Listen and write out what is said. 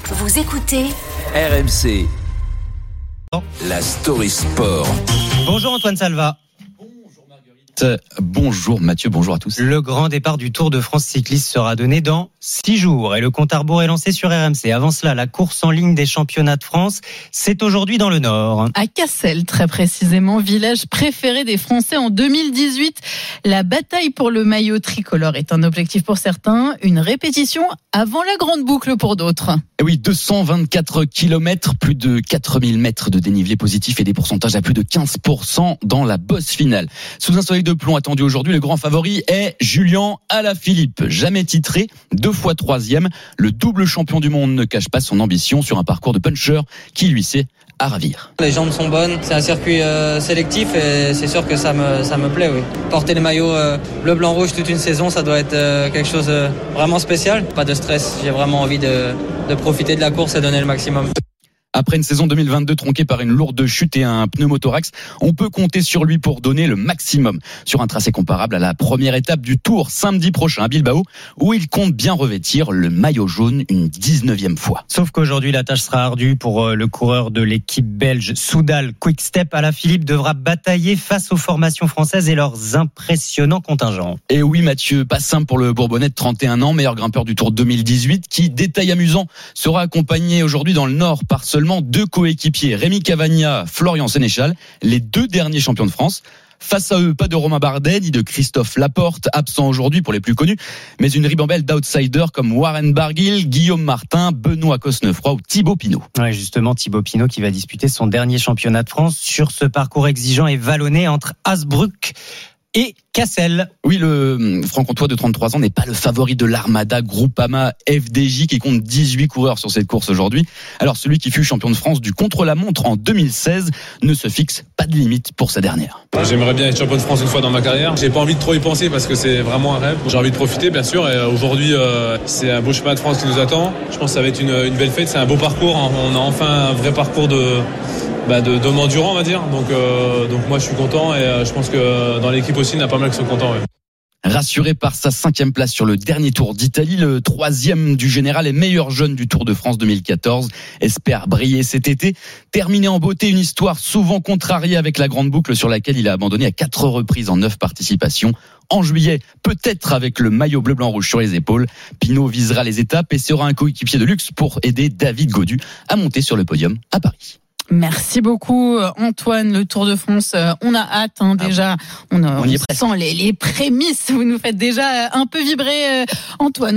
Vous écoutez RMC, la story sport. Bonjour Antoine Salva. Bonjour Mathieu, bonjour à tous. Le grand départ du Tour de France cycliste sera donné dans 6 jours et le compte à rebours est lancé sur RMC. Avant cela, la course en ligne des championnats de France, c'est aujourd'hui dans le Nord. À Cassel, très précisément, village préféré des Français en 2018. La bataille pour le maillot tricolore est un objectif pour certains, une répétition avant la grande boucle pour d'autres. Et oui, 224 km, plus de 4000 mètres de dénivelé positif et des pourcentages à plus de 15% dans la bosse finale. Sous un soleil de plomb attendu aujourd'hui, le grand favori est Julian Alaphilippe. Jamais titré, 2 fois 3e, le double champion du monde ne cache pas son ambition sur un parcours de puncher qui lui sait à ravir. Les jambes sont bonnes, c'est un circuit sélectif et c'est sûr que ça me plaît. Oui. Porter le maillot bleu, blanc, rouge toute une saison, ça doit être quelque chose de vraiment spécial. Pas de stress, j'ai vraiment envie de profiter de la course et donner le maximum. Après une saison 2022 tronquée par une lourde chute et un pneumothorax, on peut compter sur lui pour donner le maximum sur un tracé comparable à la première étape du Tour samedi prochain à Bilbao, où il compte bien revêtir le maillot jaune une 19e fois. Sauf qu'aujourd'hui, la tâche sera ardue pour le coureur de l'équipe belge Soudal Quick-Step. Alaphilippe devra batailler face aux formations françaises et leurs impressionnants contingents. Et oui Mathieu, pas simple pour le Bourbonnais de 31 ans, meilleur grimpeur du Tour 2018, qui, détail amusant, sera accompagné aujourd'hui dans le Nord par seulement 2 coéquipiers, Rémi Cavagna, Florian Sénéchal, les 2 derniers champions de France. Face à eux, pas de Romain Bardet ni de Christophe Laporte, absent aujourd'hui pour les plus connus, mais une ribambelle d'outsiders comme Warren Barguil, Guillaume Martin, Benoît Cosnefroy ou Thibaut Pinot. Ouais, justement, Thibaut Pinot qui va disputer son dernier championnat de France sur ce parcours exigeant et vallonné entre Hasbruck et Cassel. Oui, le franc-comtois de 33 ans n'est pas le favori de l'Armada Groupama FDJ qui compte 18 coureurs sur cette course aujourd'hui. Alors celui qui fut champion de France du contre-la-montre en 2016 ne se fixe pas de limite pour sa dernière. J'aimerais bien être champion de France une fois dans ma carrière. J'ai pas envie de trop y penser parce que c'est vraiment un rêve. J'ai envie de profiter bien sûr et aujourd'hui c'est un beau chemin de France qui nous attend. Je pense que ça va être une belle fête, c'est un beau parcours. On a enfin un vrai parcours d'homme endurant on va dire. Donc moi je suis content et je pense que dans l'équipe aussi il y en a pas mal qui sont contents. Ouais. Rassuré par sa 5e place sur le dernier Tour d'Italie, le 3e du général et meilleur jeune du Tour de France 2014 espère briller cet été. Terminer en beauté une histoire souvent contrariée avec la grande boucle sur laquelle il a abandonné à 4 reprises en 9 participations. En juillet, peut-être avec le maillot bleu, blanc, rouge sur les épaules, Pinot visera les étapes et sera un coéquipier de luxe pour aider David Gaudu à monter sur le podium à Paris. Merci beaucoup Antoine, le Tour de France, on a hâte déjà, on sent les prémices, vous nous faites déjà un peu vibrer Antoine.